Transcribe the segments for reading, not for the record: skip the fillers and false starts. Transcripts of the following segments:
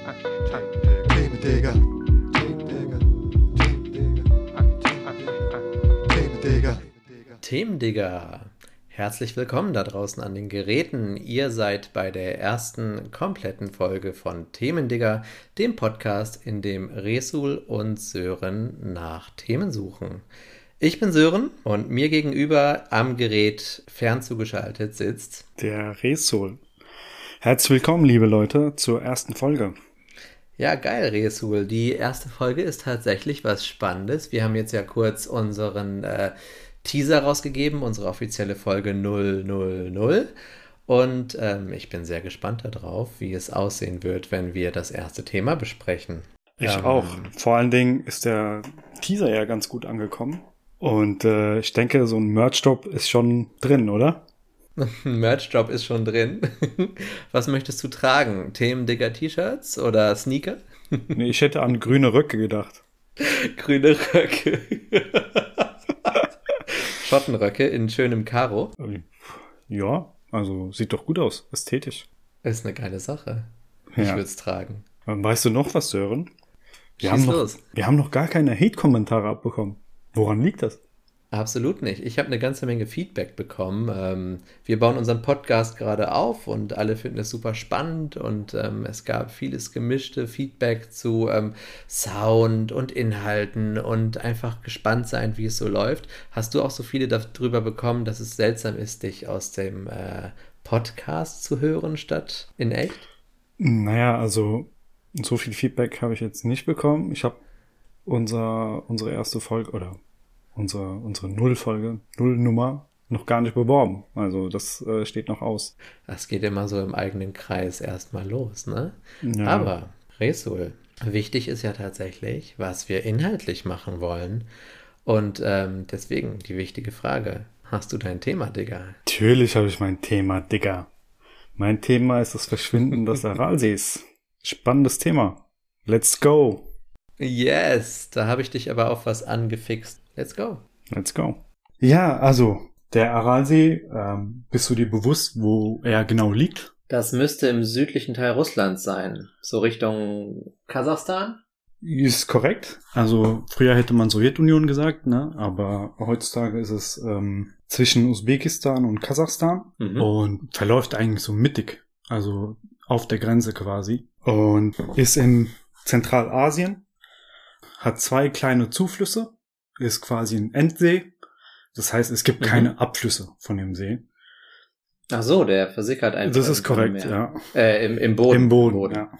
Themendigger. Themendigger. Herzlich willkommen da draußen an den Geräten. Ihr seid bei der ersten kompletten Folge von Themendigger, dem Podcast, in dem Resul und Sören nach Themen suchen. Ich bin Sören und mir gegenüber am Gerät fernzugeschaltet sitzt der Resul. Herzlich willkommen, liebe Leute, zur ersten Folge. Ja, geil, Resul. Die erste Folge ist tatsächlich was Spannendes. Wir haben jetzt ja kurz unseren Teaser rausgegeben, unsere offizielle Folge 000. Und ich bin sehr gespannt darauf, wie es aussehen wird, wenn wir das erste Thema besprechen. Ich auch. Vor allen Dingen ist der Teaser ja ganz gut angekommen. Und ich denke, so ein Merch-Drop ist schon drin, oder? Ein Merch-Drop ist schon drin. Was möchtest du tragen? Themendigger-T-Shirts oder Sneaker? Nee, ich hätte an grüne Röcke gedacht. Grüne Röcke. Schottenröcke in schönem Karo. Ja, also sieht doch gut aus, ästhetisch. Ist eine geile Sache. Ich würde es tragen. Weißt du noch was, Sören? Wir Schieß haben noch gar keine Hate-Kommentare abbekommen. Woran liegt das? Absolut nicht. Ich habe eine ganze Menge Feedback bekommen. Wir bauen unseren Podcast gerade auf und alle finden es super spannend und es gab vieles gemischte Feedback zu Sound und Inhalten und einfach gespannt sein, wie es so läuft. Hast du auch so viele darüber bekommen, dass es seltsam ist, dich aus dem Podcast zu hören statt in echt? Naja, also so viel Feedback habe ich jetzt nicht bekommen. Ich habe unsere erste Folge oder unsere Nullfolge, Nullnummer noch gar nicht beworben. Also das steht noch aus. Das geht immer so im eigenen Kreis erstmal los, ne? Ja. Aber, Resul, wichtig ist ja tatsächlich, was wir inhaltlich machen wollen. Und deswegen die wichtige Frage, hast du dein Thema, Digga? Natürlich habe ich mein Thema, Digga. Mein Thema ist das Verschwinden des Aralsees. Spannendes Thema. Let's go. Yes, da habe ich dich aber auf was angefixt. Let's go. Let's go. Ja, also der Aralsee, bist du dir bewusst, wo er genau liegt? Das müsste im südlichen Teil Russlands sein, so Richtung Kasachstan? Ist korrekt. Also früher hätte man Sowjetunion gesagt, ne? Aber heutzutage ist es zwischen Usbekistan und Kasachstan und verläuft eigentlich so mittig, also auf der Grenze quasi. Und ist in Zentralasien, hat 2 kleine Zuflüsse, ist quasi ein Endsee. Das heißt, es gibt keine Abflüsse von dem See. Ach so, der versickert einfach. Das ist korrekt, ja. Im Boden. Im Boden, ja.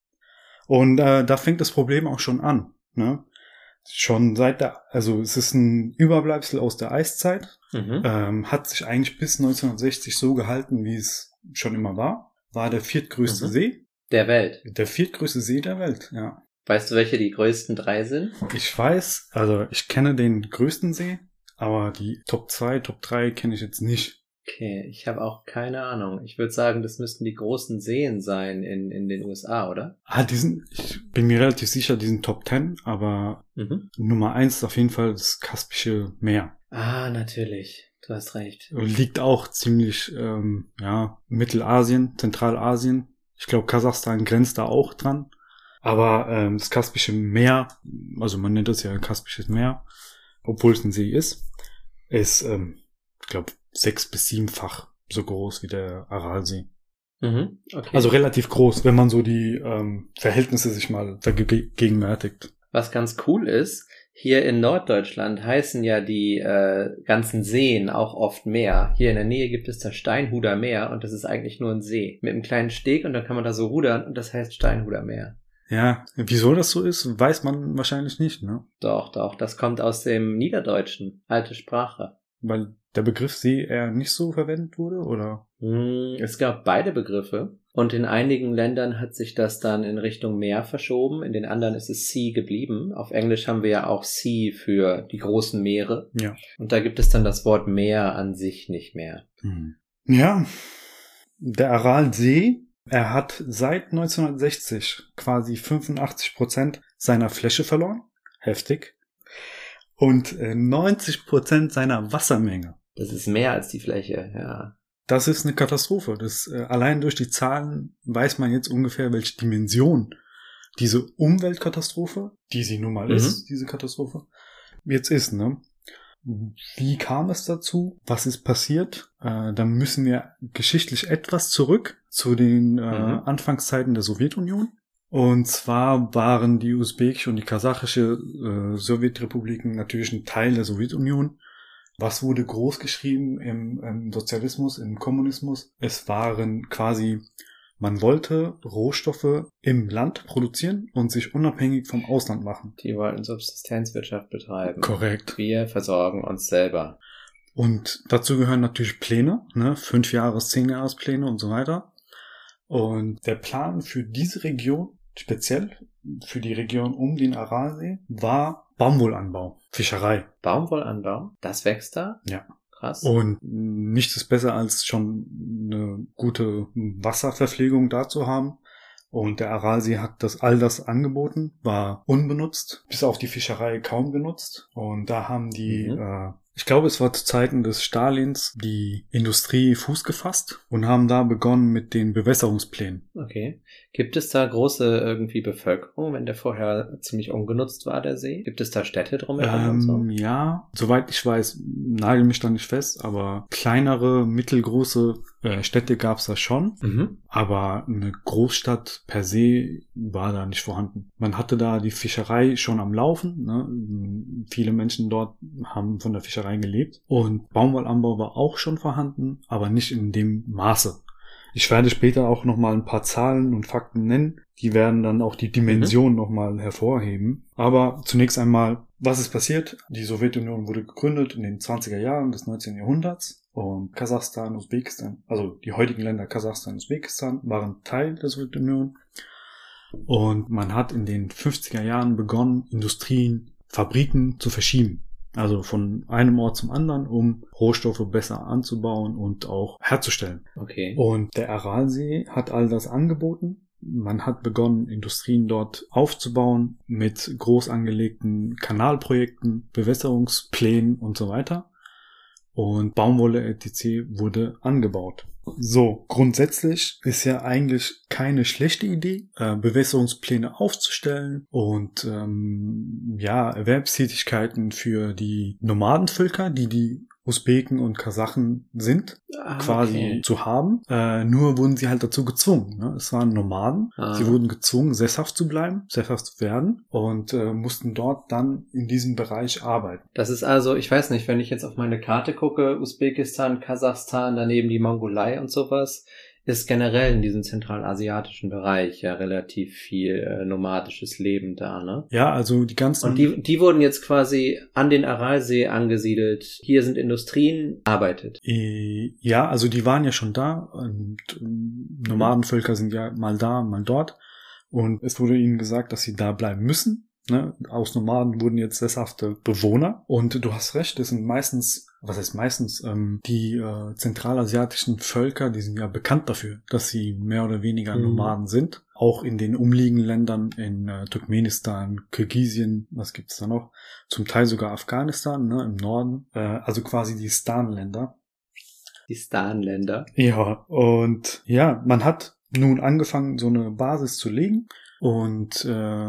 Und da fängt das Problem auch schon an, ne? Schon also es ist ein Überbleibsel aus der Eiszeit, hat sich eigentlich bis 1960 so gehalten, wie es schon immer war der viertgrößte See. Der Welt. Der viertgrößte See der Welt, ja. Weißt du, welche die größten 3 sind? Ich weiß, also ich kenne den größten See, aber die Top 2, Top 3 kenne ich jetzt nicht. Okay, ich habe auch keine Ahnung. Ich würde sagen, das müssten die großen Seen sein in den USA, oder? Ich bin mir relativ sicher, die sind Top 10, aber Nummer 1 ist auf jeden Fall das Kaspische Meer. Ah, natürlich. Du hast recht. Liegt auch ziemlich, Mittelasien, Zentralasien. Ich glaube, Kasachstan grenzt da auch dran. Aber das Kaspische Meer, also man nennt es ja Kaspisches Meer, obwohl es ein See ist ich glaube, 6- bis 7-fach so groß wie der Aralsee. Okay. Also relativ groß, wenn man so die Verhältnisse sich mal vergegenwärtigt. Was ganz cool ist, hier in Norddeutschland heißen ja die ganzen Seen auch oft Meer. Hier in der Nähe gibt es das Steinhuder Meer und das ist eigentlich nur ein See. Mit einem kleinen Steg und dann kann man da so rudern und das heißt Steinhuder Meer. Ja, wieso das so ist, weiß man wahrscheinlich nicht, ne? Doch, das kommt aus dem Niederdeutschen, alte Sprache. Weil der Begriff See eher nicht so verwendet wurde, oder? Es gab beide Begriffe und in einigen Ländern hat sich das dann in Richtung Meer verschoben, in den anderen ist es Sea geblieben. Auf Englisch haben wir ja auch Sea für die großen Meere. Ja. Und da gibt es dann das Wort Meer an sich nicht mehr. Ja, der Aralsee, er hat seit 1960 quasi 85% seiner Fläche verloren. Heftig. Und 90% seiner Wassermenge. Das ist mehr als die Fläche, ja. Das ist eine Katastrophe. Allein durch die Zahlen weiß man jetzt ungefähr, welche Dimension diese Umweltkatastrophe, die sie nun mal ist, diese Katastrophe, jetzt ist, ne? Wie kam es dazu? Was ist passiert? Dann müssen wir geschichtlich etwas zurück zu den Anfangszeiten der Sowjetunion. Und zwar waren die usbekische und die kasachische Sowjetrepubliken natürlich ein Teil der Sowjetunion. Was wurde groß geschrieben im Sozialismus, im Kommunismus? Es waren quasi, man wollte Rohstoffe im Land produzieren und sich unabhängig vom Ausland machen. Die wollten Subsistenzwirtschaft betreiben. Korrekt. Wir versorgen uns selber. Und dazu gehören natürlich Pläne, ne? 5-Jahres-, 10-Jahres-Pläne und so weiter. Und der Plan für diese Region, speziell für die Region um den Aralsee, war Baumwollanbau, Fischerei. Baumwollanbau? Das wächst da? Ja. Krass. Und nichts ist besser, als schon eine gute Wasserverpflegung da zu haben. Und der Aralsee hat all das angeboten, war unbenutzt, bis auf die Fischerei kaum genutzt. Und da haben die, ich glaube, es war zu Zeiten des Stalins, die Industrie Fuß gefasst und haben da begonnen mit den Bewässerungsplänen. Okay. Gibt es da große irgendwie Bevölkerung, wenn der vorher ziemlich ungenutzt war, der See? Gibt es da Städte drumherum und so? Ja, soweit ich weiß, nagel mich da nicht fest, aber kleinere, mittelgroße Städte gab es da schon, aber eine Großstadt per se war da nicht vorhanden. Man hatte da die Fischerei schon am Laufen, ne? Viele Menschen dort haben von der Fischerei gelebt und Baumwollanbau war auch schon vorhanden, aber nicht in dem Maße. Ich werde später auch nochmal ein paar Zahlen und Fakten nennen, die werden dann auch die Dimension nochmal hervorheben. Aber zunächst einmal, was ist passiert? Die Sowjetunion wurde gegründet in den 20er Jahren des 19. Jahrhunderts und Kasachstan, Usbekistan, also die heutigen Länder Kasachstan und Usbekistan waren Teil der Sowjetunion und man hat in den 50er Jahren begonnen, Industrien, Fabriken zu verschieben. Also von einem Ort zum anderen, um Rohstoffe besser anzubauen und auch herzustellen. Okay. Und der Aralsee hat all das angeboten. Man hat begonnen, Industrien dort aufzubauen mit groß angelegten Kanalprojekten, Bewässerungsplänen und so weiter. Und Baumwolle etc. wurde angebaut. So, grundsätzlich ist ja eigentlich keine schlechte Idee, Bewässerungspläne aufzustellen und Erwerbstätigkeiten für die Nomadenvölker, die Usbeken und Kasachen sind, quasi zu haben. Nur wurden sie halt dazu gezwungen. Ne? Es waren Nomaden. Sie wurden gezwungen, sesshaft zu bleiben, sesshaft zu werden und mussten dort dann in diesem Bereich arbeiten. Das ist also, ich weiß nicht, wenn ich jetzt auf meine Karte gucke, Usbekistan, Kasachstan, daneben die Mongolei und sowas, ist generell in diesem zentralasiatischen Bereich ja relativ viel nomadisches Leben da, ne? Ja, also die ganzen... Und die wurden jetzt quasi an den Aralsee angesiedelt. Hier sind Industrien, arbeitet. Ja, also die waren ja schon da und Nomadenvölker sind ja mal da, mal dort. Und es wurde ihnen gesagt, dass sie da bleiben müssen. Ne? Aus Nomaden wurden jetzt sesshafte Bewohner. Und du hast recht, das sind meistens... Was heißt meistens? Die zentralasiatischen Völker, die sind ja bekannt dafür, dass sie mehr oder weniger Nomaden sind. Auch in den umliegenden Ländern, in Turkmenistan, Kirgisien, was gibt's da noch? Zum Teil sogar Afghanistan, ne, im Norden. Also quasi die Stan-Länder. Die Stan-Länder? Ja, und ja, man hat nun angefangen, so eine Basis zu legen. Und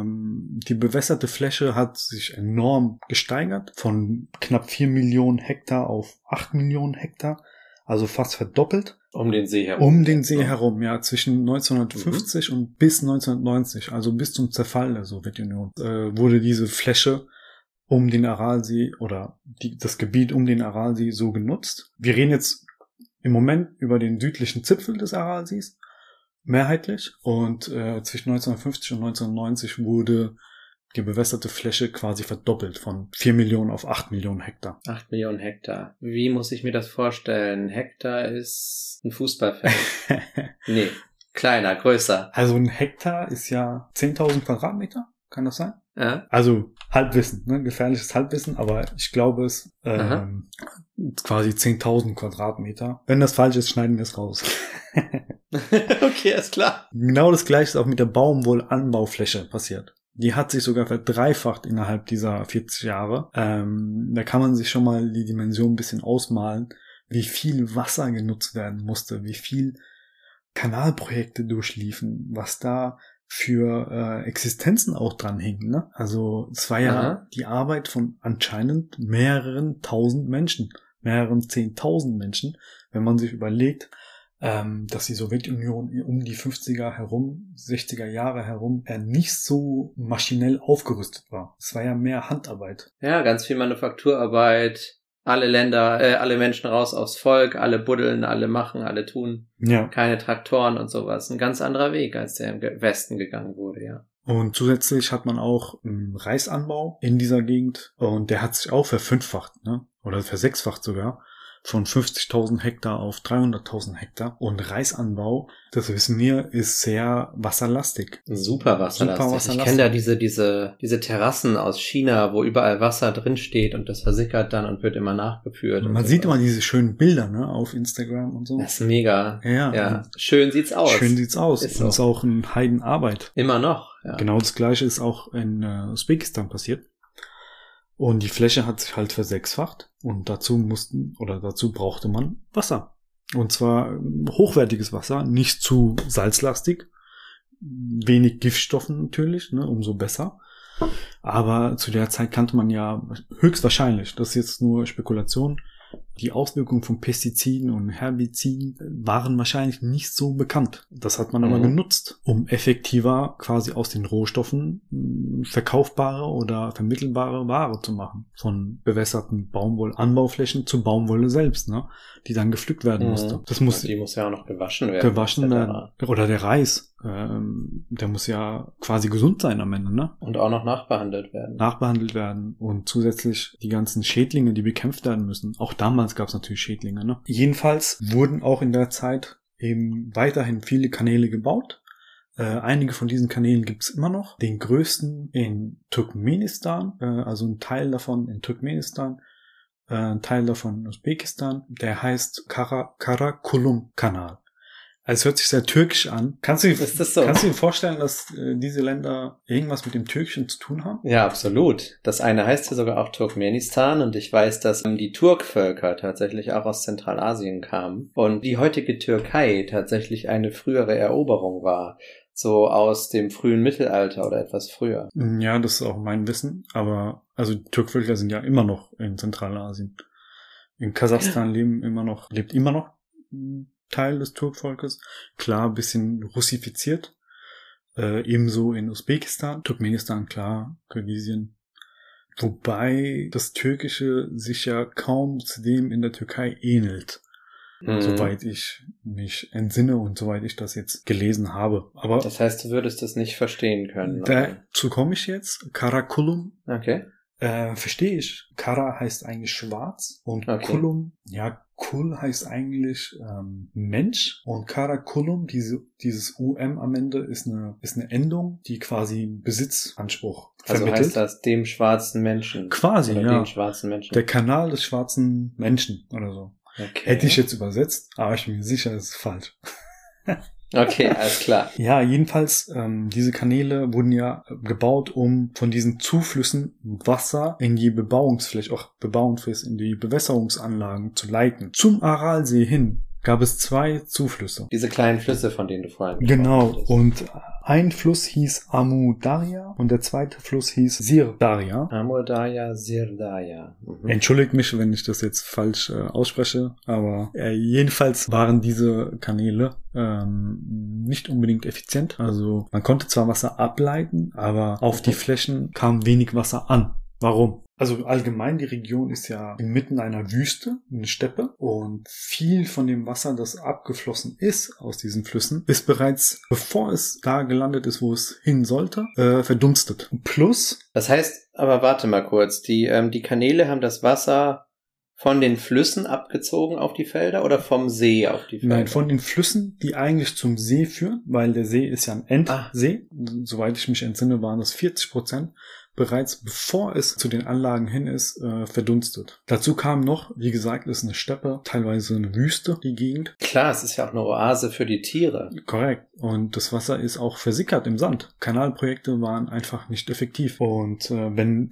die bewässerte Fläche hat sich enorm gesteigert, von knapp 4 Millionen Hektar auf 8 Millionen Hektar, also fast verdoppelt. Um den See herum. Um den See herum, ja, zwischen 1950 und bis 1990, also bis zum Zerfall der Sowjetunion, wurde diese Fläche um den Aralsee oder das Gebiet um den Aralsee so genutzt. Wir reden jetzt im Moment über den südlichen Zipfel des Aralsees. Mehrheitlich und zwischen 1950 und 1990 wurde die bewässerte Fläche quasi verdoppelt von 4 Millionen auf 8 Millionen Hektar. 8 Millionen Hektar. Wie muss ich mir das vorstellen? Hektar ist ein Fußballfeld. Nee, kleiner, größer. Also ein Hektar ist ja 10.000 Quadratmeter, kann das sein? Ja. Also Halbwissen, ne? Gefährliches Halbwissen, aber ich glaube es quasi 10.000 Quadratmeter. Wenn das falsch ist, schneiden wir es raus. Okay, ist klar. Genau das Gleiche ist auch mit der Baumwollanbaufläche passiert. Die hat sich sogar verdreifacht innerhalb dieser 40 Jahre. Da kann man sich schon mal die Dimension ein bisschen ausmalen, wie viel Wasser genutzt werden musste, wie viel Kanalprojekte durchliefen, was da für Existenzen auch dranhängen. Ne? Also es war ja die Arbeit von anscheinend mehreren tausend Menschen, mehreren 10.000 Menschen, wenn man sich überlegt, dass die Sowjetunion um die 50er herum, 60er Jahre herum nicht so maschinell aufgerüstet war. Es war ja mehr Handarbeit. Ja, ganz viel Manufakturarbeit, alle Länder, alle Menschen raus aufs Volk, alle buddeln, alle machen, alle tun. Ja. Keine Traktoren und sowas. Ein ganz anderer Weg, als der im Westen gegangen wurde, ja. Und zusätzlich hat man auch einen Reisanbau in dieser Gegend und der hat sich auch verfünffacht, ne? Oder versechsfacht sogar. Von 50.000 Hektar auf 300.000 Hektar. Und Reisanbau, das wissen wir, ist sehr wasserlastig. Super wasserlastig. Ich kenne da diese Terrassen aus China, wo überall Wasser drin steht und das versickert dann und wird immer nachgeführt. Man sieht immer diese schönen Bilder, ne, auf Instagram und so. Das ist mega. Ja. Schön sieht's aus. Schön sieht's aus. Ist und ist auch eine Heidenarbeit. Immer noch, ja. Genau das Gleiche ist auch in Usbekistan passiert. Und die Fläche hat sich halt versechsfacht und dazu brauchte man Wasser. Und zwar hochwertiges Wasser, nicht zu salzlastig, wenig Giftstoffen natürlich, ne, umso besser. Aber zu der Zeit kannte man ja höchstwahrscheinlich, das ist jetzt nur Spekulation, die Auswirkungen von Pestiziden und Herbiziden waren wahrscheinlich nicht so bekannt. Das hat man aber genutzt, um effektiver quasi aus den Rohstoffen verkaufbare oder vermittelbare Ware zu machen. Von bewässerten Baumwollanbauflächen zu Baumwolle selbst, ne? Die dann gepflückt werden musste. Die muss ja auch noch gewaschen werden. Oder der Reis. Der muss ja quasi gesund sein am Ende, ne? Und auch noch nachbehandelt werden. Und zusätzlich die ganzen Schädlinge, die bekämpft werden müssen. Auch damals gab es natürlich Schädlinge, ne? Jedenfalls wurden auch in der Zeit eben weiterhin viele Kanäle gebaut. Einige von diesen Kanälen gibt es immer noch. Den größten in Turkmenistan, also ein Teil davon in Turkmenistan, ein Teil davon in Usbekistan. Der heißt Karakorum-Kanal. Also es hört sich sehr türkisch an. Kannst du dir vorstellen, dass diese Länder irgendwas mit dem Türkischen zu tun haben? Ja, absolut. Das eine heißt ja sogar auch Turkmenistan und ich weiß, dass die Turkvölker tatsächlich auch aus Zentralasien kamen und die heutige Türkei tatsächlich eine frühere Eroberung war. So aus dem frühen Mittelalter oder etwas früher. Ja, das ist auch mein Wissen. Aber also die Turkvölker sind ja immer noch in Zentralasien. In Kasachstan lebt immer noch Teil des Turkvolkes. Klar, ein bisschen russifiziert. Ebenso in Usbekistan, Turkmenistan, klar, Kirgisien. Wobei das Türkische sich ja kaum zu dem in der Türkei ähnelt. Soweit ich mich entsinne und soweit ich das jetzt gelesen habe. Aber das heißt, du würdest das nicht verstehen können. Dazu komme ich jetzt. Karakulum. Okay. Verstehe ich. Kara heißt eigentlich schwarz und Kulum, ja, Kul heißt eigentlich Mensch und Karakulum, dieses UM am Ende ist eine Endung, die quasi Besitzanspruch vermittelt. Also heißt das dem schwarzen Menschen? Quasi, oder ja. Dem schwarzen Menschen. Der Kanal des schwarzen Menschen oder so. Okay. Hätte ich jetzt übersetzt, aber ich bin mir sicher, das ist falsch. Okay, alles klar. Ja, jedenfalls, diese Kanäle wurden ja gebaut, um von diesen Zuflüssen Wasser in die Bebauungsfläche, auch in die Bewässerungsanlagen zu leiten. Zum Aralsee hin gab es 2 Zuflüsse. Diese kleinen Flüsse, von denen du vorhin gesprochen hattest. Und ein Fluss hieß Amu Darya und der zweite Fluss hieß Sir Darya. Amu Darya, Sir Darya. Entschuldigt mich, wenn ich das jetzt falsch ausspreche, aber jedenfalls waren diese Kanäle nicht unbedingt effizient. Also man konnte zwar Wasser ableiten, aber auf die Flächen kam wenig Wasser an. Warum? Also allgemein, die Region ist ja inmitten einer Wüste, eine Steppe, und viel von dem Wasser, das abgeflossen ist aus diesen Flüssen, ist bereits, bevor es da gelandet ist, wo es hin sollte, verdunstet. Plus... Das heißt, aber warte mal kurz, die Kanäle haben das Wasser von den Flüssen abgezogen auf die Felder oder vom See auf die Felder? Nein, von den Flüssen, die eigentlich zum See führen, weil der See ist ja ein Endsee. Soweit ich mich entsinne, waren das 40%. Bereits bevor es zu den Anlagen hin ist, verdunstet. Dazu kam noch, wie gesagt, ist eine Steppe, teilweise eine Wüste, die Gegend. Klar, es ist ja auch eine Oase für die Tiere. Korrekt. Und das Wasser ist auch versickert im Sand. Kanalprojekte waren einfach nicht effektiv. Und wenn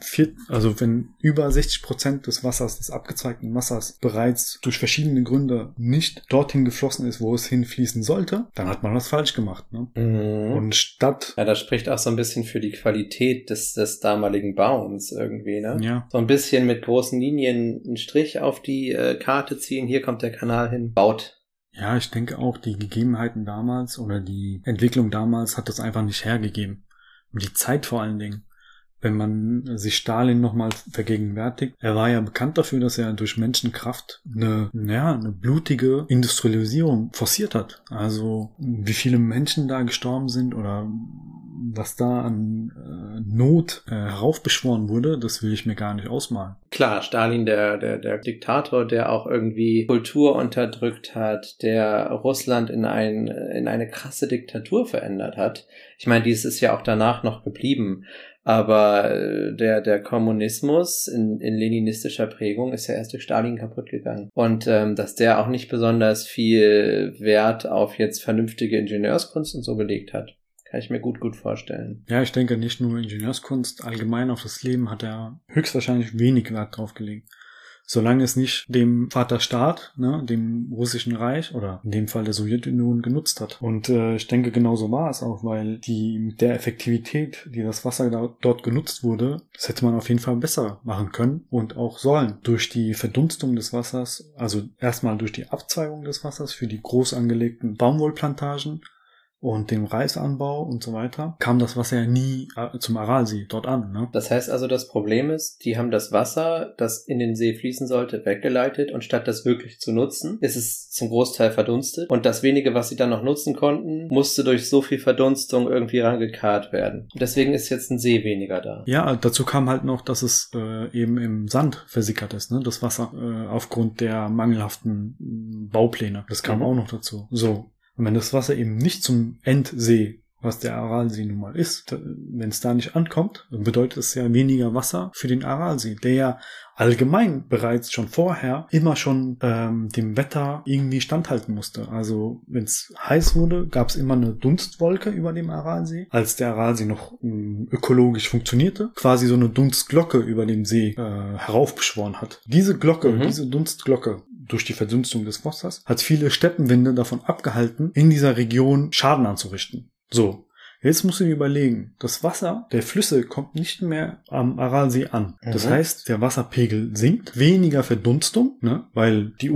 über 60% des Wassers, des abgezeigten Wassers, bereits durch verschiedene Gründe nicht dorthin geflossen ist, wo es hinfließen sollte, dann hat man was falsch gemacht. Ne? Und statt... Ja, das spricht auch so ein bisschen für die Qualität des damaligen Bauens irgendwie, ne? Ja. So ein bisschen mit großen Linien einen Strich auf die Karte ziehen, hier kommt der Kanal hin, baut. Ja, ich denke auch, die Gegebenheiten damals oder die Entwicklung damals hat das einfach nicht hergegeben. Und die Zeit vor allen Dingen. Wenn man sich Stalin nochmal vergegenwärtigt, er war ja bekannt dafür, dass er durch Menschenkraft eine blutige Industrialisierung forciert hat. Also wie viele Menschen da gestorben sind oder was da an Not heraufbeschworen wurde, das will ich mir gar nicht ausmalen. Klar, Stalin, der Diktator, der auch irgendwie Kultur unterdrückt hat, der Russland in eine krasse Diktatur verändert hat. Ich meine, dies ist ja auch danach noch geblieben. Aber der Kommunismus in leninistischer Prägung ist ja erst durch Stalin kaputt gegangen. Und dass der auch nicht besonders viel Wert auf jetzt vernünftige Ingenieurskunst und so gelegt hat, kann ich mir gut vorstellen. Ja, ich denke nicht nur Ingenieurskunst, allgemein auf das Leben hat er höchstwahrscheinlich wenig Wert drauf gelegt. Solange es nicht dem Vaterstaat, ne, dem Russischen Reich oder in dem Fall der Sowjetunion genutzt hat. Und ich denke, genau so war es auch, weil mit der Effektivität, die das Wasser dort genutzt wurde, das hätte man auf jeden Fall besser machen können und auch sollen. Durch die Verdunstung des Wassers, also erstmal durch die Abzweigung des Wassers für die groß angelegten Baumwollplantagen und dem Reisanbau und so weiter, kam das Wasser ja nie zum Aralsee dort an. Ne? Das heißt also, das Problem ist, die haben das Wasser, das in den See fließen sollte, weggeleitet und statt das wirklich zu nutzen, ist es zum Großteil verdunstet und das wenige, was sie dann noch nutzen konnten, musste durch so viel Verdunstung irgendwie rangekarrt werden. Und deswegen ist jetzt ein See weniger da. Ja, dazu kam halt noch, dass es eben im Sand versickert ist, ne? Das Wasser, aufgrund der mangelhaften Baupläne. Das kam auch noch dazu. So. Und wenn das Wasser eben nicht zum Endsee, was der Aralsee nun mal ist, wenn es da nicht ankommt, dann bedeutet es ja weniger Wasser für den Aralsee, der ja allgemein bereits schon vorher immer schon dem Wetter irgendwie standhalten musste. Also wenn es heiß wurde, gab es immer eine Dunstwolke über dem Aralsee, als der Aralsee noch ökologisch funktionierte, quasi so eine Dunstglocke über dem See heraufbeschworen hat. Diese Glocke, diese Dunstglocke, durch die Verdunstung des Wassers, hat viele Steppenwinde davon abgehalten, in dieser Region Schaden anzurichten. So, jetzt musst du dir überlegen, das Wasser der Flüsse kommt nicht mehr am Aralsee an. Das heißt, der Wasserpegel sinkt, weniger Verdunstung, ne, weil die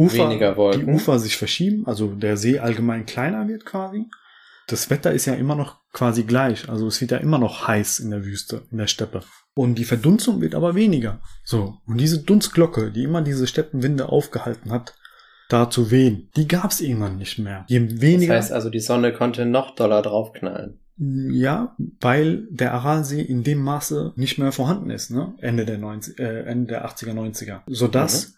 Ufer sich verschieben, also der See allgemein kleiner wird quasi. Das Wetter ist ja immer noch quasi gleich, also es wird ja immer noch heiß in der Wüste, in der Steppe. Und die Verdunstung wird aber weniger. So, und diese Dunstglocke, die immer diese Steppenwinde aufgehalten hat, da zu wehen, die gab's irgendwann nicht mehr. Je weniger. Das heißt also, die Sonne konnte noch doller draufknallen. Ja, weil der Aralsee in dem Maße nicht mehr vorhanden ist, ne? Ende der 80er, 90er. Sodass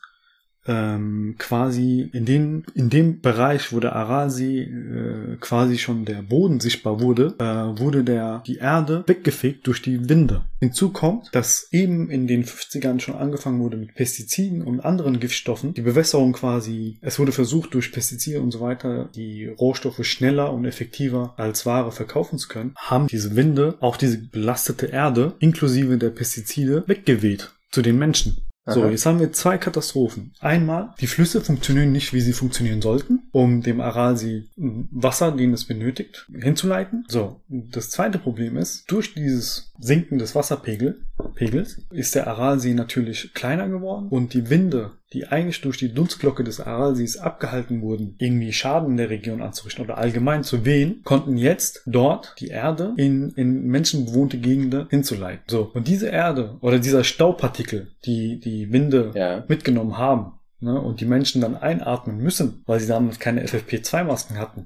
quasi in dem Bereich, wo der Aralsee quasi schon der Boden sichtbar wurde, wurde die Erde weggefegt durch die Winde. Hinzu kommt, dass eben in den 50ern schon angefangen wurde mit Pestiziden und anderen Giftstoffen. Die Bewässerung quasi, es wurde versucht durch Pestizide und so weiter, die Rohstoffe schneller und effektiver als Ware verkaufen zu können, haben diese Winde auch diese belastete Erde inklusive der Pestizide weggeweht zu den Menschen. So, jetzt haben wir zwei Katastrophen. Einmal, die Flüsse funktionieren nicht, wie sie funktionieren sollten, um dem Aralsee Wasser, den es benötigt, hinzuleiten. So, das zweite Problem ist, durch dieses Sinken des Wasserpegels ist der Aralsee natürlich kleiner geworden und die Winde, die eigentlich durch die Dunstglocke des Aralsees abgehalten wurden, irgendwie Schaden in der Region anzurichten oder allgemein zu wehen, konnten jetzt dort die Erde in menschenbewohnte Gegenden hinzuleiten. So, und diese Erde oder dieser Staubpartikel, die Winde mitgenommen haben, ne, und die Menschen dann einatmen müssen, weil sie damals keine FFP2-Masken hatten,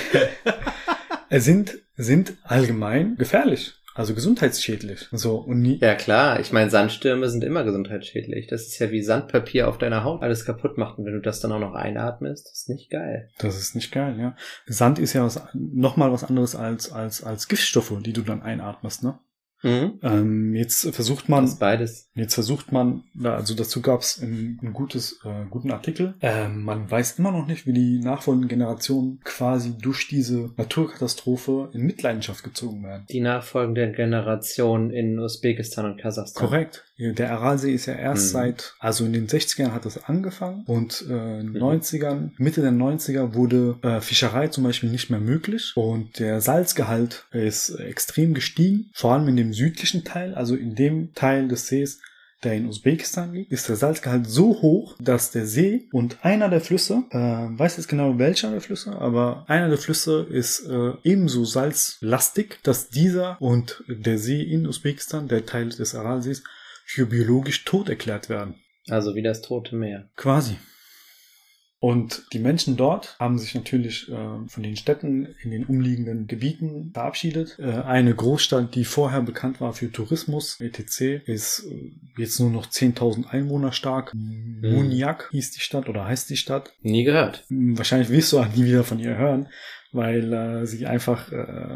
sind allgemein gefährlich. Also gesundheitsschädlich. So, und ja klar, ich meine, Sandstürme sind immer gesundheitsschädlich. Das ist ja wie Sandpapier auf deiner Haut alles kaputt macht. Und wenn du das dann auch noch einatmest, das ist nicht geil. Das ist nicht geil, ja. Sand ist ja nochmal was anderes als Giftstoffe, die du dann einatmest, ne? Jetzt versucht man, das beides. Also dazu gab es einen guten Artikel. Man weiß immer noch nicht, wie die nachfolgenden Generationen quasi durch diese Naturkatastrophe in Mitleidenschaft gezogen werden. Die nachfolgenden Generationen in Usbekistan und Kasachstan. Korrekt. Der Aralsee ist ja erst also in den 60ern hat das angefangen und Mitte der 90er wurde Fischerei zum Beispiel nicht mehr möglich und der Salzgehalt ist extrem gestiegen, vor allem in dem südlichen Teil, also in dem Teil des Sees, der in Usbekistan liegt, ist der Salzgehalt so hoch, dass der See und einer der Flüsse, weiß jetzt genau welcher der Flüsse, aber einer der Flüsse ist ebenso salzlastig, dass dieser und der See in Usbekistan, der Teil des Aralsees, für biologisch tot erklärt werden. Also wie das Tote Meer. Quasi. Und die Menschen dort haben sich natürlich von den Städten in den umliegenden Gebieten verabschiedet. Eine Großstadt, die vorher bekannt war für Tourismus, etc., ist jetzt nur noch 10.000 Einwohner stark. Muniak hieß die Stadt oder heißt die Stadt. Nie gehört. Wahrscheinlich wirst du auch nie wieder von ihr hören, weil sie einfach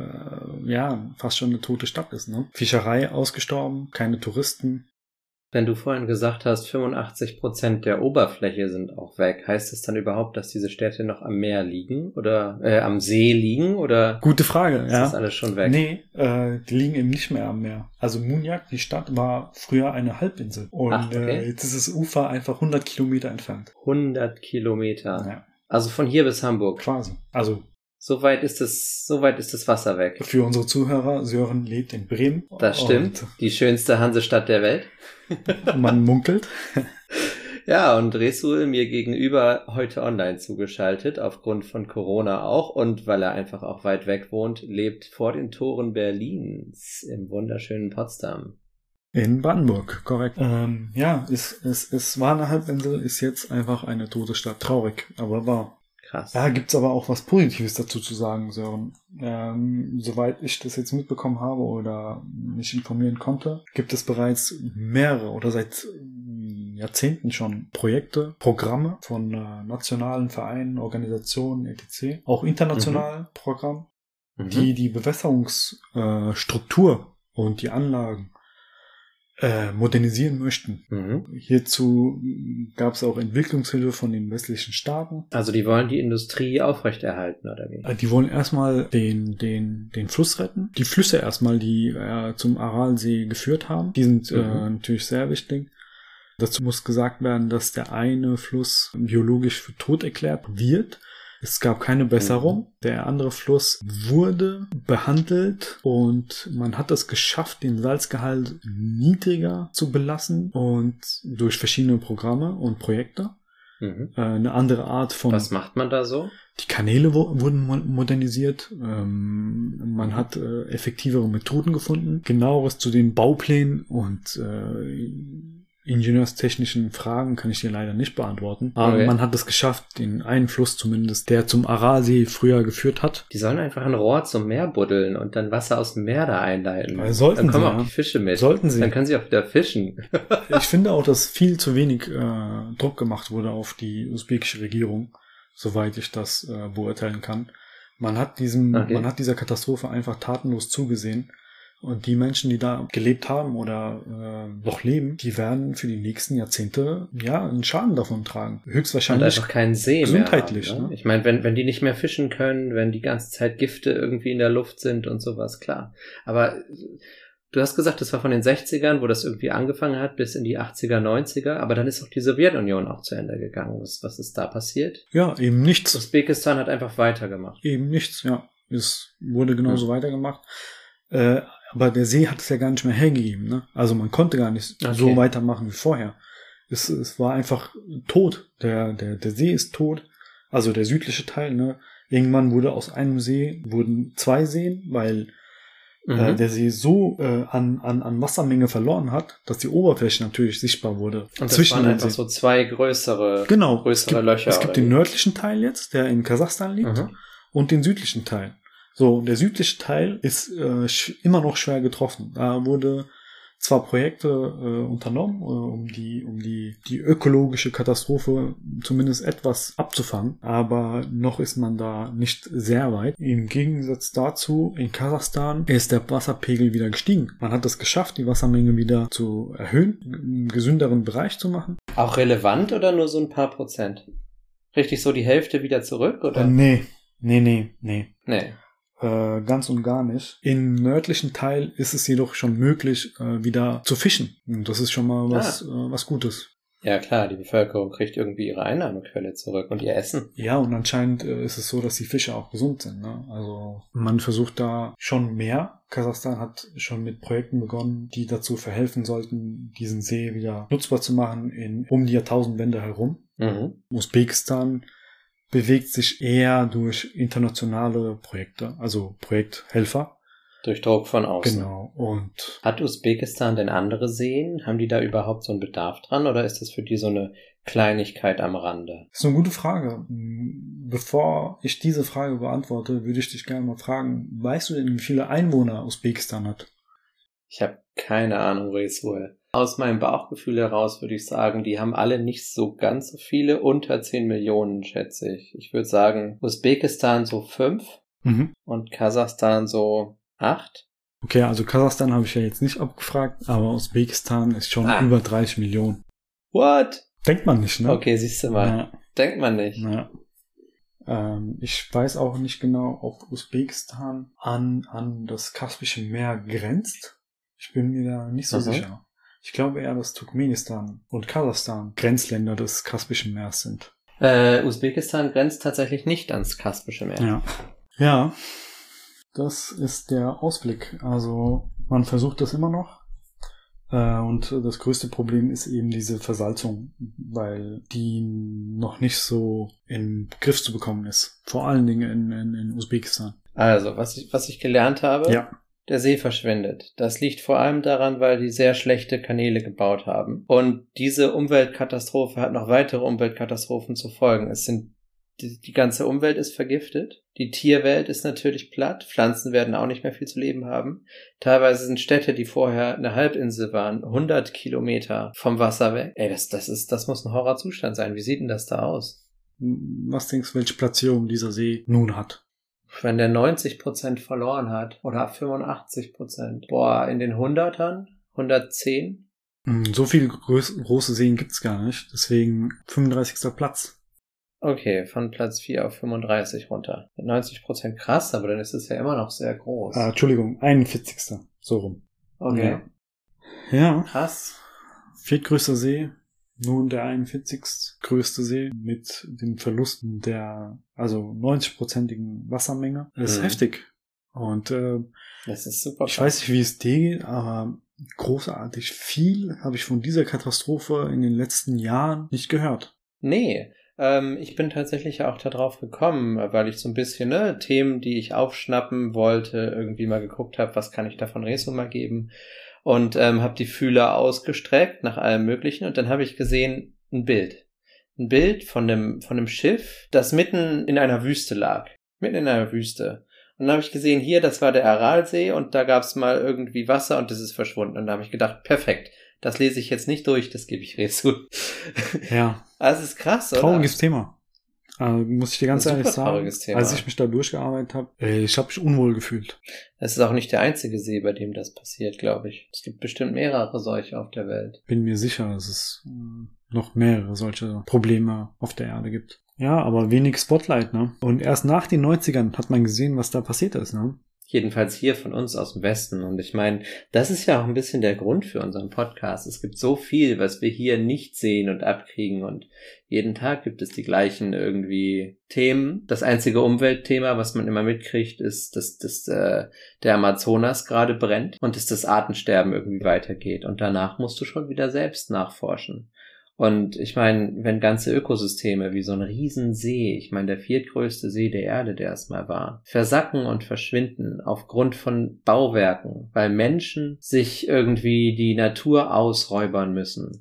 fast schon eine tote Stadt ist. Ne? Fischerei ausgestorben, keine Touristen. Wenn du vorhin gesagt hast, 85% der Oberfläche sind auch weg, heißt es dann überhaupt, dass diese Städte noch am Meer liegen oder am See liegen oder? Gute Frage, ist das alles schon weg? Nee, die liegen eben nicht mehr am Meer. Also Muniak, die Stadt, war früher eine Halbinsel und jetzt ist das Ufer einfach 100 Kilometer entfernt. 100 Kilometer? Ja. Also von hier bis Hamburg? Quasi. Also So weit ist das Wasser weg. Für unsere Zuhörer, Sören lebt in Bremen. Das stimmt. Die schönste Hansestadt der Welt. Man munkelt. Ja, und Resul mir gegenüber heute online zugeschaltet, aufgrund von Corona auch und weil er einfach auch weit weg wohnt, lebt vor den Toren Berlins im wunderschönen Potsdam. In Brandenburg, korrekt. Es war eine Halbinsel, ist jetzt einfach eine tote Stadt. Traurig, aber wahr. Krass. Da gibt's aber auch was Positives dazu zu sagen, Sören. Soweit ich das jetzt mitbekommen habe oder mich informieren konnte, gibt es bereits mehrere oder seit Jahrzehnten schon Projekte, Programme von nationalen Vereinen, Organisationen, etc. Auch international Programme, die Bewässerungsstruktur und die Anlagen modernisieren möchten. Hierzu gab es auch Entwicklungshilfe von den westlichen Staaten. Also die wollen die Industrie aufrechterhalten, oder wie? Die wollen erstmal den Fluss retten. Die Flüsse erstmal, die zum Aralsee geführt haben, die sind natürlich sehr wichtig. Dazu muss gesagt werden, dass der eine Fluss biologisch für tot erklärt wird. Es gab keine Besserung. Der andere Fluss wurde behandelt und man hat es geschafft, den Salzgehalt niedriger zu belassen und durch verschiedene Programme und Projekte. Eine andere Art von... Was macht man da so? Die Kanäle wurden modernisiert. Man hat effektivere Methoden gefunden. Genaueres zu den Bauplänen und ingenieurstechnischen Fragen kann ich dir leider nicht beantworten. Aber man hat es geschafft, den einen Fluss zumindest, der zum Aralsee früher geführt hat. Die sollen einfach ein Rohr zum Meer buddeln und dann Wasser aus dem Meer da einleiten. Sollten dann kommen sie, auch die Fische mit. Sollten sie. Dann können sie auch wieder fischen. Ich finde auch, dass viel zu wenig Druck gemacht wurde auf die usbekische Regierung, soweit ich das beurteilen kann. Man hat dieser Katastrophe einfach tatenlos zugesehen. Und die Menschen, die da gelebt haben oder noch leben, die werden für die nächsten Jahrzehnte einen Schaden davon tragen. Höchstwahrscheinlich. Und einfach keinen See gesundheitlich, mehr haben, ne? Ne? Ich meine, wenn die nicht mehr fischen können, wenn die ganze Zeit Gifte irgendwie in der Luft sind und sowas, klar. Aber du hast gesagt, das war von den 60ern, wo das irgendwie angefangen hat, bis in die 80er, 90er. Aber dann ist auch die Sowjetunion auch zu Ende gegangen. Was ist da passiert? Ja, eben nichts. Usbekistan hat einfach weitergemacht. Eben nichts, ja. Es wurde genauso weitergemacht. Aber der See hat es ja gar nicht mehr hergegeben, ne? Also man konnte gar nicht so weitermachen wie vorher. Es war einfach tot. Der See ist tot. Also der südliche Teil, ne? Irgendwann wurden 2 Seen, weil der See so an Wassermenge verloren hat, dass die Oberfläche natürlich sichtbar wurde. Und das waren einfach so 2 größere Löcher. Es gibt den nördlichen Teil jetzt, der in Kasachstan liegt, und den südlichen Teil. So, der südliche Teil ist immer noch schwer getroffen. Da wurde zwar Projekte unternommen, um die ökologische Katastrophe zumindest etwas abzufangen, aber noch ist man da nicht sehr weit. Im Gegensatz dazu, in Kasachstan ist der Wasserpegel wieder gestiegen. Man hat es geschafft, die Wassermenge wieder zu erhöhen, einen gesünderen Bereich zu machen. Auch relevant oder nur so ein paar Prozent? Richtig so die Hälfte wieder zurück, oder? Nee. Ganz und gar nicht. Im nördlichen Teil ist es jedoch schon möglich, wieder zu fischen. Und das ist schon mal was Gutes. Ja klar, die Bevölkerung kriegt irgendwie ihre Einnahmequelle zurück und ihr Essen. Ja, und anscheinend ist es so, dass die Fische auch gesund sind. Ne? Also man versucht da schon mehr. Kasachstan hat schon mit Projekten begonnen, die dazu verhelfen sollten, diesen See wieder nutzbar zu machen um die Jahrtausendwende herum. Usbekistan bewegt sich eher durch internationale Projekte, also Projekthelfer. Durch Druck von außen. Genau. Und hat Usbekistan denn andere Seen? Haben die da überhaupt so einen Bedarf dran oder ist das für die so eine Kleinigkeit am Rande? Das ist eine gute Frage. Bevor ich diese Frage beantworte, würde ich dich gerne mal fragen, weißt du denn, wie viele Einwohner Usbekistan hat? Ich habe keine Ahnung, Resul. Aus meinem Bauchgefühl heraus würde ich sagen, die haben alle nicht so ganz so viele, unter 10 Millionen, schätze ich. Ich würde sagen, Usbekistan so 5 und Kasachstan so 8. Okay, also Kasachstan habe ich ja jetzt nicht abgefragt, aber Usbekistan ist schon über 30 Millionen. What? Denkt man nicht, ne? Okay, siehst du mal. Ja. Denkt man nicht. Ja. Ich weiß auch nicht genau, ob Usbekistan an das Kaspische Meer grenzt. Ich bin mir da nicht so sicher. Ich glaube eher, dass Turkmenistan und Kasachstan Grenzländer des Kaspischen Meeres sind. Usbekistan grenzt tatsächlich nicht ans Kaspische Meer. Ja, das ist der Ausblick. Also man versucht das immer noch. Und das größte Problem ist eben diese Versalzung, weil die noch nicht so in den Griff zu bekommen ist. Vor allen Dingen in Usbekistan. Also, was ich gelernt habe, der See verschwindet. Das liegt vor allem daran, weil die sehr schlechte Kanäle gebaut haben. Und diese Umweltkatastrophe hat noch weitere Umweltkatastrophen zu folgen. Die ganze Umwelt ist vergiftet. Die Tierwelt ist natürlich platt. Pflanzen werden auch nicht mehr viel zu leben haben. Teilweise sind Städte, die vorher eine Halbinsel waren, 100 Kilometer vom Wasser weg. Ey, das muss ein Horrorzustand sein. Wie sieht denn das da aus? Was denkst du, welche Platzierung dieser See nun hat? Wenn der 90% verloren hat oder 85%. Boah, in den 100ern? 110? So viele große Seen gibt's gar nicht. Deswegen 35. Platz. Okay, von Platz 4 auf 35 runter. 90% krass, aber dann ist es ja immer noch sehr groß. Entschuldigung, 41. So rum. Okay. Ja. Krass. Viertgrößter See. Nun der 41. größte See mit dem Verlusten der 90%igen Wassermenge. Das ist heftig. Und das ist super. Ich weiß nicht, wie es dir geht, aber großartig viel habe ich von dieser Katastrophe in den letzten Jahren nicht gehört. Nee. Ich bin tatsächlich auch da drauf gekommen, weil ich so ein bisschen Themen, die ich aufschnappen wollte, irgendwie mal geguckt habe, was kann ich davon Rezo mal geben. Und habe die Fühler ausgestreckt nach allem Möglichen und dann habe ich gesehen ein Bild von einem Schiff, das mitten in einer Wüste lag, mitten in einer Wüste. Und dann habe ich gesehen, hier, das war der Aralsee und da gab es mal irgendwie Wasser und das ist verschwunden. Und da habe ich gedacht, perfekt, das lese ich jetzt nicht durch, das gebe ich Rezo. Ja. Also es ist krass, oder? Trauriges Thema. Muss ich dir ganz ehrlich sagen, Thema. Als ich mich da durchgearbeitet habe, ich habe mich unwohl gefühlt. Es ist auch nicht der einzige See, bei dem das passiert, glaube ich. Es gibt bestimmt mehrere solche auf der Welt. Bin mir sicher, dass es noch mehrere solche Probleme auf der Erde gibt. Ja, aber wenig Spotlight, ne? Und erst nach den 90ern hat man gesehen, was da passiert ist, ne? Jedenfalls hier von uns aus dem Westen. Und ich meine, das ist ja auch ein bisschen der Grund für unseren Podcast. Es gibt so viel, was wir hier nicht sehen und abkriegen. Und jeden Tag gibt es die gleichen irgendwie Themen. Das einzige Umweltthema, was man immer mitkriegt, ist, dass der Amazonas gerade brennt und dass das Artensterben irgendwie weitergeht. Und danach musst du schon wieder selbst nachforschen. Und ich meine, wenn ganze Ökosysteme wie so ein Riesensee, ich meine der viertgrößte See der Erde, der es mal war, versacken und verschwinden aufgrund von Bauwerken, weil Menschen sich irgendwie die Natur ausräubern müssen,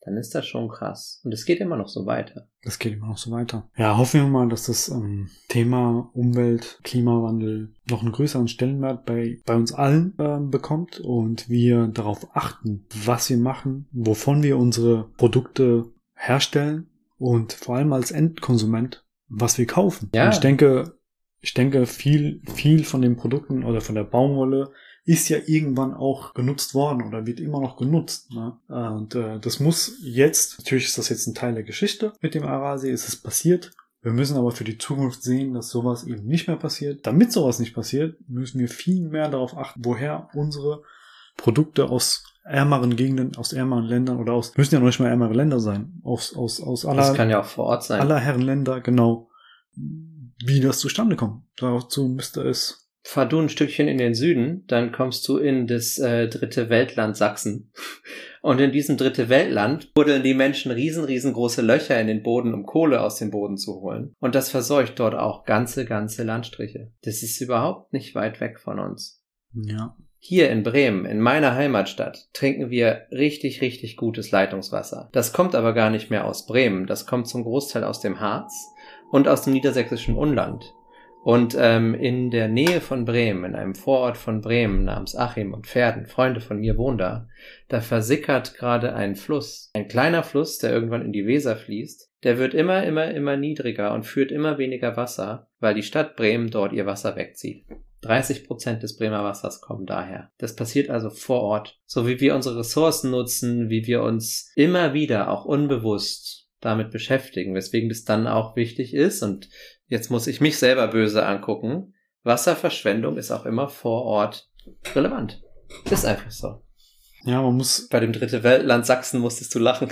dann ist das schon krass. Und es geht immer noch so weiter. Es geht immer noch so weiter. Ja, hoffen wir mal, dass das Thema Umwelt, Klimawandel noch einen größeren Stellenwert bei uns allen bekommt und wir darauf achten, was wir machen, wovon wir unsere Produkte herstellen und vor allem als Endkonsument, was wir kaufen. Ja. Und ich denke, viel von den Produkten oder von der Baumwolle ist ja irgendwann auch genutzt worden oder wird immer noch genutzt. Ne? Und das muss jetzt, natürlich ist das jetzt ein Teil der Geschichte mit dem Aaralsee, ist es passiert. Wir müssen aber für die Zukunft sehen, dass sowas eben nicht mehr passiert. Damit sowas nicht passiert, müssen wir viel mehr darauf achten, woher unsere Produkte aus ärmeren Gegenden, aus ärmeren Ländern oder müssen ja noch nicht mal ärmere Länder sein, aus aller, das kann ja auch vor Ort sein. Aller Herren Länder, genau, wie das zustande kommt. Dazu müsste es. Fahr du ein Stückchen in den Süden, dann kommst du in das dritte Weltland Sachsen. Und in diesem dritte Weltland buddeln die Menschen riesengroße Löcher in den Boden, um Kohle aus dem Boden zu holen. Und das verseucht dort auch ganze Landstriche. Das ist überhaupt nicht weit weg von uns. Ja. Hier in Bremen, in meiner Heimatstadt, trinken wir richtig gutes Leitungswasser. Das kommt aber gar nicht mehr aus Bremen. Das kommt zum Großteil aus dem Harz und aus dem niedersächsischen Umland. Und in der Nähe von Bremen, in einem Vorort von Bremen namens Achim und Verden, Freunde von mir wohnen da versickert gerade ein Fluss. Ein kleiner Fluss, der irgendwann in die Weser fließt. Der wird immer niedriger und führt immer weniger Wasser, weil die Stadt Bremen dort ihr Wasser wegzieht. 30% des Bremer Wassers kommen daher. Das passiert also vor Ort. So wie wir unsere Ressourcen nutzen, wie wir uns immer wieder auch unbewusst damit beschäftigen, weswegen das dann auch wichtig ist. Und jetzt muss ich mich selber böse angucken. Wasserverschwendung ist auch immer vor Ort relevant. Ist einfach so. Ja, man muss... Bei dem dritte Weltland Sachsen musstest du lachen.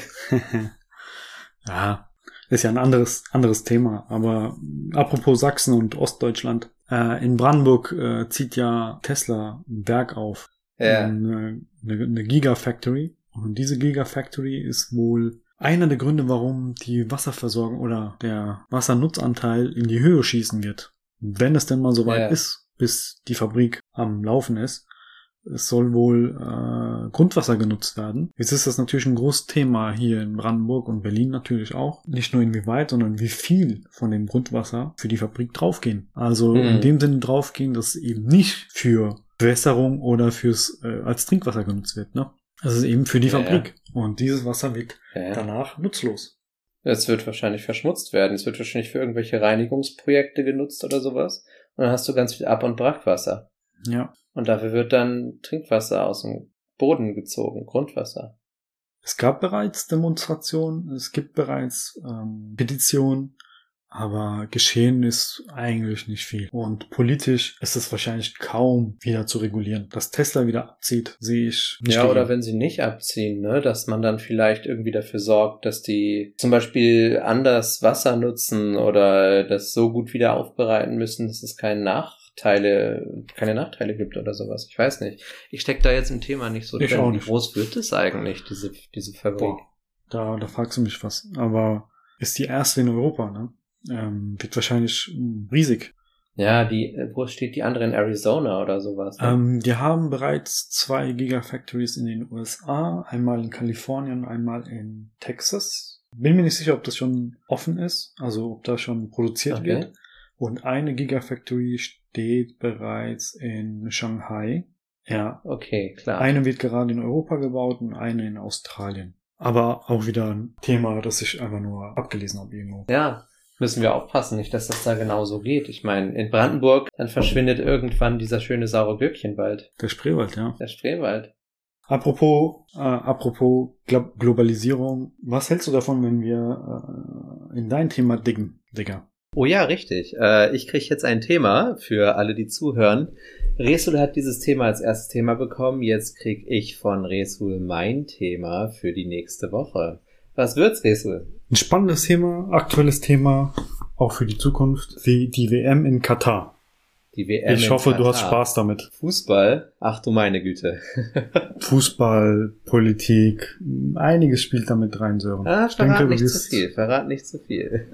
Ja, ist ja ein anderes Thema. Aber apropos Sachsen und Ostdeutschland. In Brandenburg zieht ja Tesla ein Werk auf. Ja. Eine Gigafactory. Und diese Gigafactory ist wohl einer der Gründe, warum die Wasserversorgung oder der Wassernutzanteil in die Höhe schießen wird. Wenn es denn mal so weit ist, bis die Fabrik am Laufen ist. Es soll wohl Grundwasser genutzt werden. Jetzt ist das natürlich ein großes Thema hier in Brandenburg und Berlin natürlich auch. Nicht nur inwieweit, sondern wie viel von dem Grundwasser für die Fabrik draufgehen. Also in dem Sinne draufgehen, dass es eben nicht für Bewässerung oder als Trinkwasser genutzt wird. Ne? Das ist eben für die Fabrik. Und dieses Wasser wird danach nutzlos. Es wird wahrscheinlich verschmutzt werden. Es wird wahrscheinlich für irgendwelche Reinigungsprojekte genutzt oder sowas. Und dann hast du ganz viel Ab- und Brackwasser. Ja. Und dafür wird dann Trinkwasser aus dem Boden gezogen, Grundwasser. Es gab bereits Demonstrationen, es gibt bereits Petitionen, aber geschehen ist eigentlich nicht viel. Und politisch ist es wahrscheinlich kaum wieder zu regulieren. Dass Tesla wieder abzieht, sehe ich nicht. Ja, oder wenn sie nicht abziehen, ne, dass man dann vielleicht irgendwie dafür sorgt, dass die zum Beispiel anders Wasser nutzen oder das so gut wieder aufbereiten müssen, dass es keine Nachteile gibt oder sowas. Ich weiß nicht. Ich stecke da jetzt im Thema nicht so drin. Wie groß wird es eigentlich, diese Fabrik? Da fragst du mich was. Aber ist die erste in Europa, ne? Wird wahrscheinlich riesig. Ja, wo steht die andere in Arizona oder sowas? Ne? Die haben bereits 2 Gigafactories in den USA. Einmal in Kalifornien, einmal in Texas. Bin mir nicht sicher, ob das schon offen ist. Also ob da schon produziert wird. Und eine Gigafactory steht bereits in Shanghai. Ja. Okay, klar. Eine wird gerade in Europa gebaut und eine in Australien. Aber auch wieder ein Thema, das ich einfach nur abgelesen habe irgendwo. Ja, müssen wir aufpassen, nicht, dass das da genauso geht. Ich meine, in Brandenburg, dann verschwindet irgendwann dieser schöne saure Gürkchenwald. Der Spreewald, ja. Der Spreewald. Apropos Globalisierung, was hältst du davon, wenn wir in dein Thema diggen, Digga? Oh ja, richtig. Ich kriege jetzt ein Thema für alle, die zuhören. Resul hat dieses Thema als erstes Thema bekommen. Jetzt kriege ich von Resul mein Thema für die nächste Woche. Was wird's, Resul? Ein spannendes Thema, aktuelles Thema, auch für die Zukunft, wie die WM in Katar. Die WM ich hoffe, du hast Spaß damit. Fußball? Ach du meine Güte. Fußball, Politik, einiges spielt damit rein, Sören. Verrat nicht zu viel.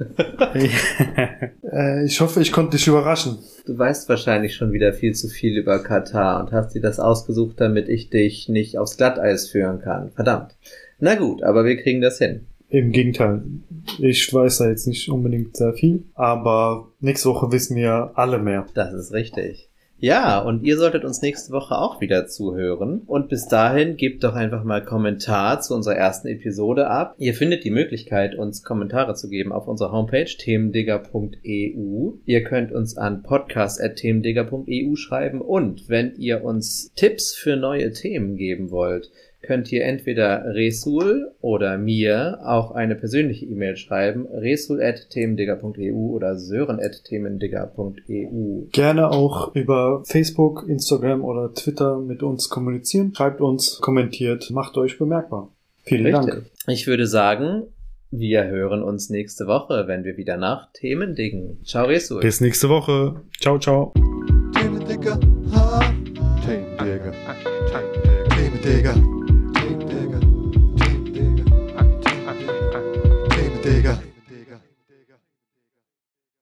Ich hoffe, ich konnte dich überraschen. Du weißt wahrscheinlich schon wieder viel zu viel über Katar und hast dir das ausgesucht, damit ich dich nicht aufs Glatteis führen kann. Verdammt. Na gut, aber wir kriegen das hin. Im Gegenteil. Ich weiß da jetzt nicht unbedingt sehr viel, aber nächste Woche wissen wir alle mehr. Das ist richtig. Ja, und ihr solltet uns nächste Woche auch wieder zuhören. Und bis dahin gebt doch einfach mal Kommentar zu unserer ersten Episode ab. Ihr findet die Möglichkeit, uns Kommentare zu geben auf unserer Homepage themendigger.eu. Ihr könnt uns an podcast@themendigger.eu schreiben. Und wenn ihr uns Tipps für neue Themen geben wollt, könnt ihr entweder Resul oder mir auch eine persönliche E-Mail schreiben, resul@themendigger.eu oder sören@themendigger.eu. Gerne auch über Facebook, Instagram oder Twitter mit uns kommunizieren. Schreibt uns, kommentiert, macht euch bemerkbar. Vielen Dank. Ich würde sagen, wir hören uns nächste Woche, wenn wir wieder nach Themen diggen. Ciao, Resul. Bis nächste Woche. Ciao, ciao. Themendigger, Themendigger, Themendigger. Digger.